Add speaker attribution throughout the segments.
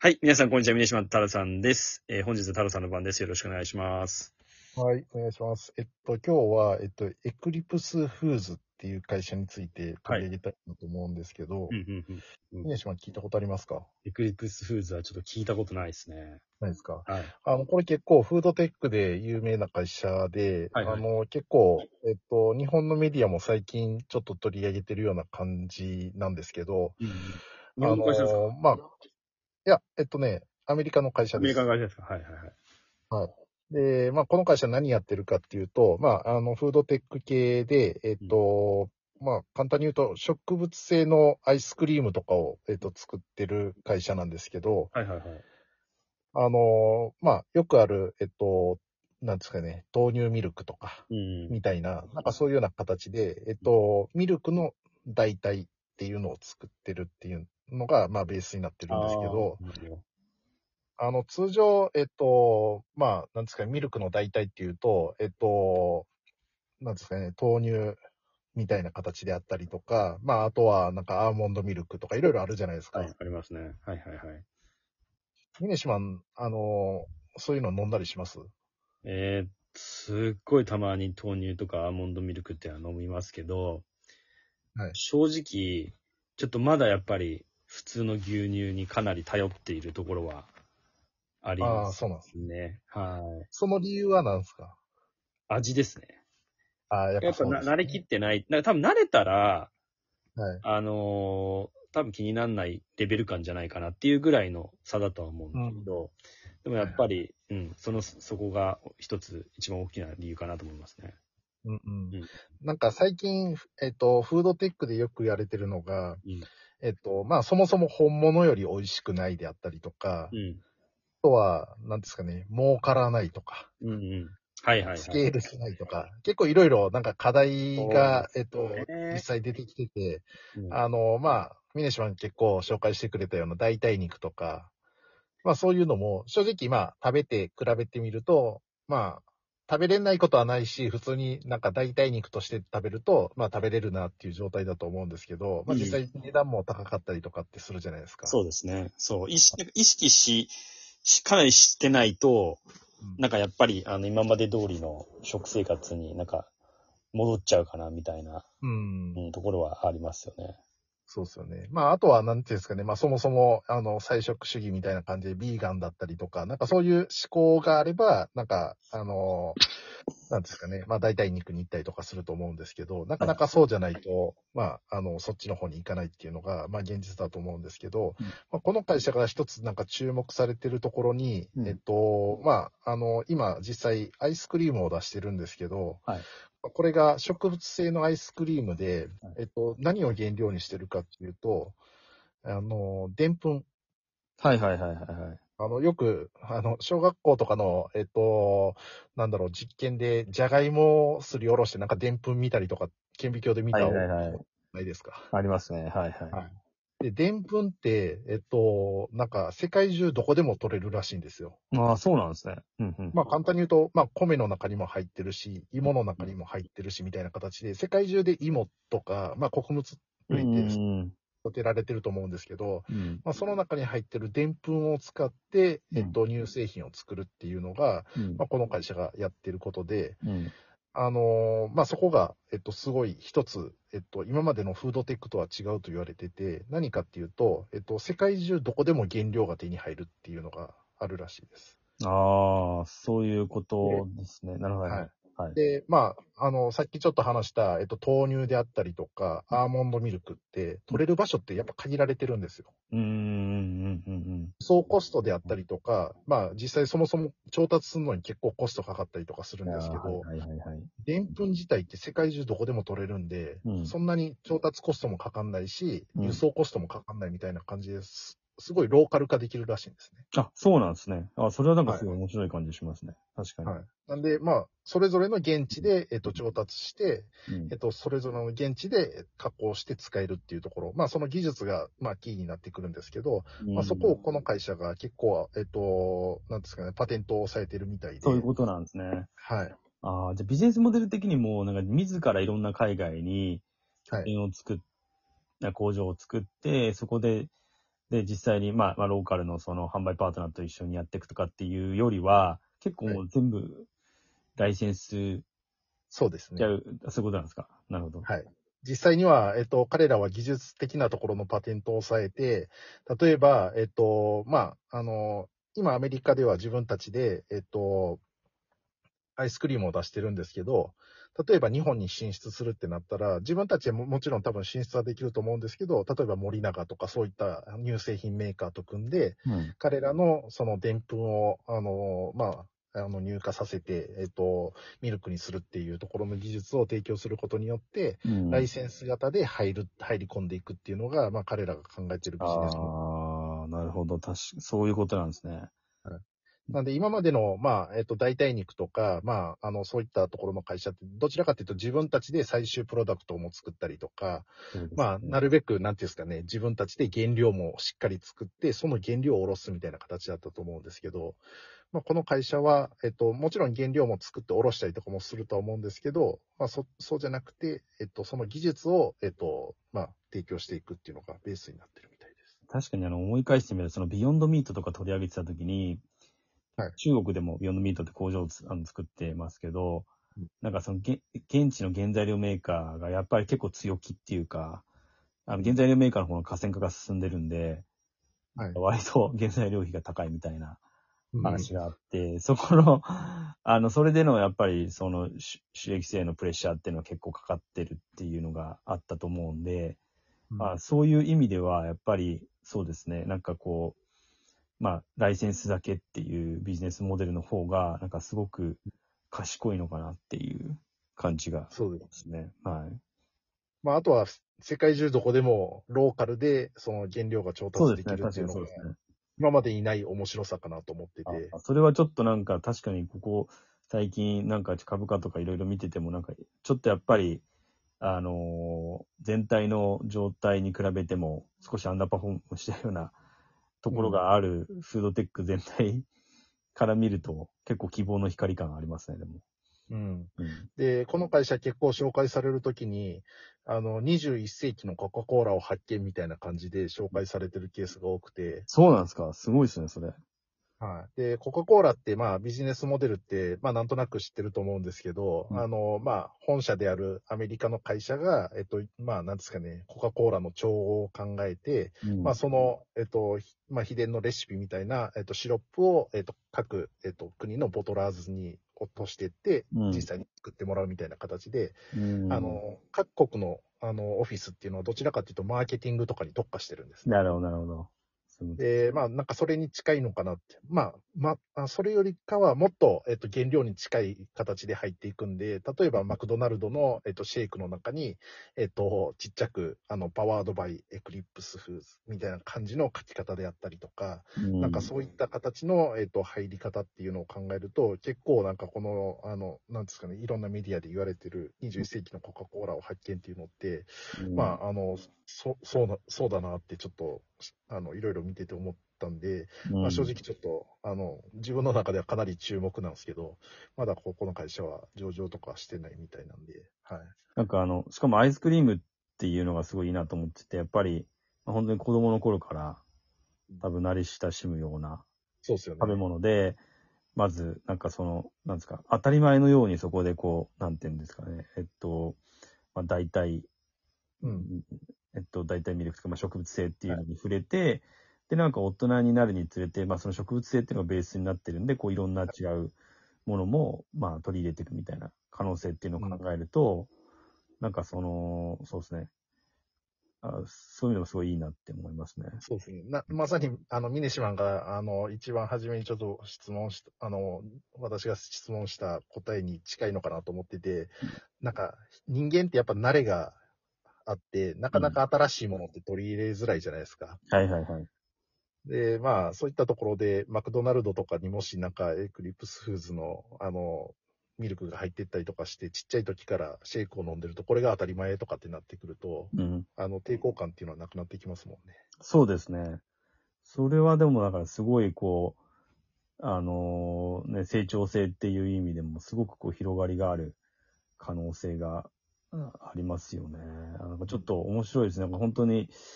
Speaker 1: はい。皆さん、こんにちは。峰島太郎さんです。本日は太郎さんの番です。よろしくお願いします。
Speaker 2: はい、お願いします。今日は、エクリプスフーズっていう会社について
Speaker 1: はい。
Speaker 2: 取り上げたいなと思うんですけど、
Speaker 1: うん。
Speaker 2: 峰島聞いたことありますか？
Speaker 1: エクリプスフーズはちょっと聞いたことないですね。
Speaker 2: ないですか？
Speaker 1: はい。
Speaker 2: これ結構フードテックで有名な会社で、
Speaker 1: はいはい。
Speaker 2: 結構、日本のメディアも最近ちょっと取り上げてるような感じなんですけど、
Speaker 1: うんうん。日本の会社ですか？
Speaker 2: まあ、いや、アメリカの会
Speaker 1: アメリカの
Speaker 2: 社です。
Speaker 1: 会社ですか？はいはいはい。
Speaker 2: はい。で、この会社何やってるかっていうと、フードテック系で、
Speaker 1: うん。
Speaker 2: 簡単に言うと、植物性のアイスクリームとかを、作ってる会社なんですけど、
Speaker 1: はいはいはい。
Speaker 2: よくある、なんですかね、豆乳ミルクとか、
Speaker 1: うん。
Speaker 2: みたいな、なんかそういうような形で、ミルクの代替っていうのを作ってるっていうのが、ベースになってるんですけ
Speaker 1: ああ、
Speaker 2: ど、
Speaker 1: なるほど。
Speaker 2: 通常、なんですかね、ミルクの代替っていうと、なんですかね、豆乳みたいな形であったりとか、あとは、なんかアーモンドミルクとかいろいろあるじゃないです
Speaker 1: はい、
Speaker 2: か。
Speaker 1: ありますね。はいはいはい。
Speaker 2: ミネシマン、そういうの飲んだりします？
Speaker 1: すっごいたまに豆乳とかアーモンドミルクって飲みますけど、
Speaker 2: はい。
Speaker 1: 正直、ちょっとまだやっぱり普通の牛乳にかなり頼っているところはありま
Speaker 2: ああ、
Speaker 1: す
Speaker 2: そうなんですね。
Speaker 1: ね。はい。
Speaker 2: その理由は何ですか？
Speaker 1: 味ですね。
Speaker 2: ああ、やっぱ
Speaker 1: やっぱ
Speaker 2: そうですね。
Speaker 1: 慣れきってない。多分慣れたら、
Speaker 2: はい。
Speaker 1: 多分気にならないレベル感じゃないかなっていうぐらいの差だとは思うん
Speaker 2: うん。
Speaker 1: だけど、でもや
Speaker 2: はいはい。
Speaker 1: っぱり、そこが一つ一番大きな理由かなと思いますね。
Speaker 2: うんうん。
Speaker 1: うん。
Speaker 2: なんか最近、フードテックでよく言われてるのが、
Speaker 1: うん。
Speaker 2: そもそも本物より美味しくないであったりとか、
Speaker 1: うん。
Speaker 2: あとは、なんですかね、儲からないとか、
Speaker 1: うん。うん。はいはいはい。
Speaker 2: スケールしないとか、結構いろいろなんか課題が、
Speaker 1: そうです
Speaker 2: 実
Speaker 1: ね。
Speaker 2: 際出てきてて、
Speaker 1: うん。
Speaker 2: ミネシマン結構紹介してくれたような代替肉とか、そういうのも正直食べて比べてみると、食べれないことはないし、普通になんか代替肉として食べると、食べれるなっていう状態だと思うんですけど、
Speaker 1: うん。
Speaker 2: 実際値段も高かったりとかってするじゃないですか。
Speaker 1: そうですね。そう。意識かなりしてないと、
Speaker 2: うん。
Speaker 1: なんかやっぱり、今まで通りの食生活になんか戻っちゃうかな、みたいな、
Speaker 2: うん。
Speaker 1: ところはありますよね。
Speaker 2: そうですよね。あとは、なんていうんですかね。そもそも、菜食主義みたいな感じで、ビーガンだったりとか、なんかそういう思考があれば、なんか、なんですかね。代替肉に行ったりとかすると思うんですけど、なか
Speaker 1: はい。
Speaker 2: なかそうじゃないと、そっちの方に行かないっていうのが、現実だと思うんですけど、
Speaker 1: うん。
Speaker 2: この会社が一つなんか注目されてるところに、
Speaker 1: うん。
Speaker 2: 今実際アイスクリームを出してるんですけど、
Speaker 1: はい。
Speaker 2: これが植物性のアイスクリームで、
Speaker 1: はい。
Speaker 2: 何を原料にしてるかっていうと、でんぷん。
Speaker 1: はいはいはいはいはい。
Speaker 2: よく、小学校とかの、実験で、じゃがいもをすりおろしてなんかでんぷん見たりとか、顕微鏡で見
Speaker 1: はい
Speaker 2: た
Speaker 1: はいはい。
Speaker 2: ないですか。
Speaker 1: ありますね。はいはい。
Speaker 2: はい。で、でんぷんって、なんか世界中どこでも取れるらしいんですよ。
Speaker 1: ああ、そうなんですね。うんうん。
Speaker 2: 簡単に言うと、米の中にも入ってるし、芋の中にも入ってるし、みたいな形で、世界中で芋とか、穀物
Speaker 1: うん
Speaker 2: 類って
Speaker 1: うん
Speaker 2: 育てられてると思うんですけど、
Speaker 1: うん。
Speaker 2: その中に入ってるでんぷんを使って、
Speaker 1: うん。
Speaker 2: 乳製品を作るっていうのが、
Speaker 1: うん。
Speaker 2: この会社がやってることで、
Speaker 1: うん。
Speaker 2: そこが、すごい一つ、今までのフードテックとは違うと言われてて、何かっていうと、世界中どこでも原料が手に入るっていうのがあるらしいです。
Speaker 1: ああ、そういうこ
Speaker 2: で、
Speaker 1: とですね。なるほど。はい
Speaker 2: はい。
Speaker 1: はい。
Speaker 2: で、さっきちょっと話した、豆乳であったりとか、アーモンドミルクって、取れる場所ってやっぱ限られてるんですよ。
Speaker 1: うんうんうんうん
Speaker 2: 輸送コストであったりとか、実際そもそも調達するのに結構コストかかったりとかする
Speaker 1: うん。
Speaker 2: ん
Speaker 1: ああ、はい
Speaker 2: ですけど、
Speaker 1: はいはいはい。
Speaker 2: でんぷん自体って世界中どこでも取れるんで、
Speaker 1: うん。
Speaker 2: そんなに調達コストもかかんないし、
Speaker 1: うん。
Speaker 2: 輸送コストもかかんないみたいな感じです。すごいローカル化できるらしいんですね。
Speaker 1: あ、そうなんですね。あ、それはなんか
Speaker 2: はい。
Speaker 1: すごい面白い感じしますね。確かに。
Speaker 2: はい。なんで、それぞれの現地で、調達して、
Speaker 1: うん。
Speaker 2: それぞれの現地で加工して使えるっていうところ、その技術が、キーになってくるんですけど、
Speaker 1: う
Speaker 2: そこを
Speaker 1: ん。
Speaker 2: この会社が結構、なんですかね、パテントを抑えてるみたいで、
Speaker 1: そういうことなんですね。
Speaker 2: はい。
Speaker 1: ああ、じゃあビジネスモデル的にも、なんか自らいろんな海外に拠
Speaker 2: はい。
Speaker 1: 点を工場を作って、そこでで、実際に、まあ、ローカルのその販売パートナーと一緒にやっていくとかっていうよりは、結構もう全部、ライセンス
Speaker 2: そうですね。
Speaker 1: ちゃう、そういうことなんですか。なるほど。
Speaker 2: はい。実際には、彼らは技術的なところのパテントを抑えて、例えば、今アメリカでは自分たちで、アイスクリームを出してるんですけど、例えば日本に進出するってなったら、自分たちももちろん多分進出はできると思うんですけど、例えば森永とかそういった乳製品メーカーと組んで、
Speaker 1: うん。
Speaker 2: 彼らのその澱粉を、乳化させて、ミルクにするっていうところの技術を提供することによって、
Speaker 1: うん。
Speaker 2: ライセンス型で入り込んでいくっていうのが、彼らが考えているビジネスモ
Speaker 1: ああ、なるほど。そういうことなんですね。
Speaker 2: デル。なんで、今までの、代替肉とか、そういったところの会社って、どちらかというと自分たちで最終プロダクトも作ったりとか、
Speaker 1: そうですね。
Speaker 2: なるべく、なんていうんですかね、自分たちで原料もしっかり作って、その原料を下ろすみたいな形だったと思うんですけど、この会社は、もちろん原料も作って下ろしたりとかもするとは思うんですけど、そうじゃなくて、その技術を、提供していくっていうのがベースになってるみたいです。
Speaker 1: 確かに思い返してみると、そのビヨンドミートとか取り上げてたときに、
Speaker 2: はい。
Speaker 1: 中国でもビヨンドミートって工場を作ってますけど、
Speaker 2: うん
Speaker 1: なんかその現地の原材料メーカーがやっぱり結構強気っていうか、原材料メーカーの方の河川化が進んでるんで、
Speaker 2: はい。
Speaker 1: 割と原材料費が高いみたいな
Speaker 2: うん。
Speaker 1: 話があって、そこの、それでのやっぱりその収益性のプレッシャーっていうのは結構かかってるっていうのがあったと思うんで、そういう意味ではやっぱりそうですね、なんかこう、ライセンスだけっていうビジネスモデルの方が、なんかすごく賢いのかなっていう感じが
Speaker 2: そうです。
Speaker 1: ですね。はい。
Speaker 2: あとは、世界中どこでもローカルでその原料が調達で
Speaker 1: そうですね。確か
Speaker 2: きるっていうのが、
Speaker 1: にそうですね。
Speaker 2: 今までにない面白さかなと思ってて。
Speaker 1: それはちょっとなんか確かにここ最近なんか株価とかいろいろ見ててもなんかちょっとやっぱり全体の状態に比べても少しアンダーパフォームしてるようなところ
Speaker 2: うん。
Speaker 1: があるフードテック全体から見ると結構希望の光感ありますね、でも。
Speaker 2: うん。
Speaker 1: うん。
Speaker 2: で、この会社結構紹介されるときに、21世紀のコカ・コーラを発見みたいな感じで紹介されてるケースが多くて、
Speaker 1: そうなんですか。すごいですね、それ。
Speaker 2: はい。で、コカ・コーラって、ビジネスモデルって、なんとなく知ってると思うんですけど、
Speaker 1: うん
Speaker 2: 本社であるアメリカの会社が、なんですかね、コカ・コーラの調合を考えて、
Speaker 1: うん。
Speaker 2: その、秘伝のレシピみたいな、シロップを、各、国のボトラーズに落としていって、
Speaker 1: うん。
Speaker 2: 実際に作ってもらうみたいな形で、
Speaker 1: うん。
Speaker 2: 各国の、オフィスっていうのはどちらかというと、マーケティングとかに特化してるんですね。
Speaker 1: なるほど、なるほど。
Speaker 2: で、なんかそれに近いのかなって。それよりかはもっと、原料に近い形で入っていくんで、例えばマクドナルドの、シェイクの中に、ちっちゃく、パワードバイエクリプスフーズみたいな感じの書き方であったりとか、
Speaker 1: うん。
Speaker 2: なんかそういった形の、入り方っていうのを考えると、結構なんかこの、なんですかね、いろんなメディアで言われてる21世紀のコカ・コーラを発見っていうのって、
Speaker 1: うん。
Speaker 2: そうだなってちょっと、いろいろ見てて思ったんで、正
Speaker 1: うん。
Speaker 2: 直ちょっと、自分の中ではかなり注目なんですけど、まだここの会社は上場とかしてないみたいなんで、はい。
Speaker 1: なんかしかもアイスクリームっていうのがすごいいいなと思ってて、やっぱり、本当に子供の頃から多分慣れ親しむような食べ
Speaker 2: そうですよね。
Speaker 1: 物で、まず、なんかなんですか、当たり前のようにそこでこう、なんていうんですかね、代替、
Speaker 2: うん。
Speaker 1: 代替ミルクとか、植物性っていう
Speaker 2: はい。
Speaker 1: のに触れて、で、なんか大人になるにつれて、その植物性っていうのがベースになってるんで、こういろんな違うものも、取り入れていくみたいな可能性っていうのを
Speaker 2: うん。
Speaker 1: 考えると、なんかそうですね。そういうのがすごいいいなって思いますね。
Speaker 2: そうですね。まさに、ミネシマンが、一番初めにちょっと私が質問した答えに近いのかなと思ってて、なんか、人間ってやっぱ慣れがあって、なかな
Speaker 1: うん。
Speaker 2: か新しいものって取り入れづらいじゃないですか。
Speaker 1: はいはいはい。
Speaker 2: で、そういったところで、マクドナルドとかにもしなんか、エクリプスフーズの、ミルクが入ってったりとかして、ちっちゃい時からシェイクを飲んでると、これが当たり前とかってなってくると、
Speaker 1: うん。
Speaker 2: 抵抗感っていうのはなくなってきますもんね。
Speaker 1: そうですね。それはでもだからすごいこう、成長性っていう意味でもすごくこう広がりがある可能性がありますよね。なんかちょっと面白いですね。なんか本当に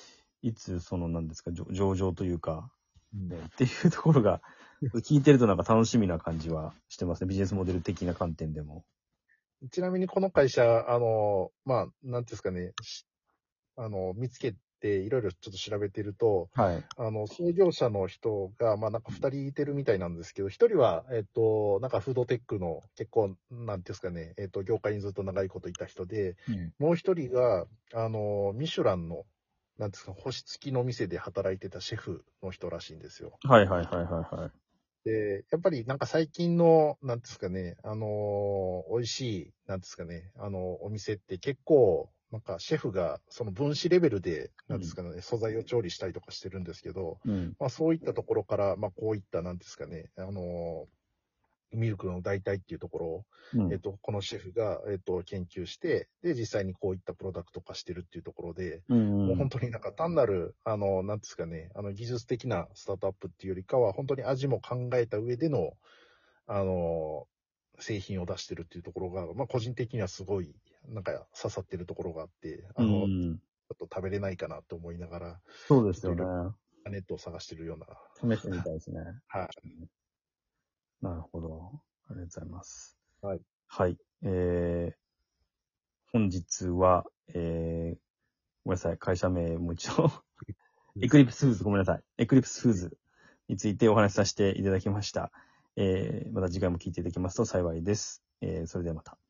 Speaker 1: いつなんですか、上場というか、
Speaker 2: うん
Speaker 1: ね、っていうところが、聞いてるとなんか楽しみな感じはしてますね。ビジネスモデル的な観点でも。
Speaker 2: ちなみにこの会社、まあ、なんていうんですかね、見つけていろいろちょっと調べてると、
Speaker 1: はい。
Speaker 2: 創業者の人が、まあなんか二人いてるみたいなんですけど、一人は、なんかフードテックの結構、なんていうんですかね、業界にずっと長いこといた人で、
Speaker 1: うん。
Speaker 2: もう一人が、ミシュランの、なんていうんですか、星付きの店で働いてたシェフの人らしいんですよ。
Speaker 1: はいはいはいはいはい。
Speaker 2: で、やっぱりなんか最近の、なんですかね、美味しい、なんですかね、お店って結構、なんかシェフがその分子レベルで、なんですかね、素材を調理したりとかしてるんですけど、
Speaker 1: うん。
Speaker 2: まあそういったところから、まあこういった、なんですかね、ミルクの代替っていうところを、
Speaker 1: うん。
Speaker 2: このシェフが、研究して、で、実際にこういったプロダクト化してるっていうところで、
Speaker 1: うん。
Speaker 2: もう本当になんか単なる、なんですかね、技術的なスタートアップっていうよりかは、本当に味も考えた上での、あの、製品を出してるっていうところが、まあ個人的にはすごい、なんか刺さってるところがあって、
Speaker 1: うん。
Speaker 2: ちょっと食べれないかなと思いながら、
Speaker 1: そうですよね。
Speaker 2: ちょっといろいろネットを探してるような、
Speaker 1: 試してみたいですね。
Speaker 2: は
Speaker 1: なるほど。ありがとうございます。
Speaker 2: い。はい。
Speaker 1: はい。本日は、ごめんなさい。会社名もう一度エクリプスフーズ、ごめんなさい。エクリプスフーズについてお話しさせていただきました。また次回も聞いていただけますと幸いです。それではまた。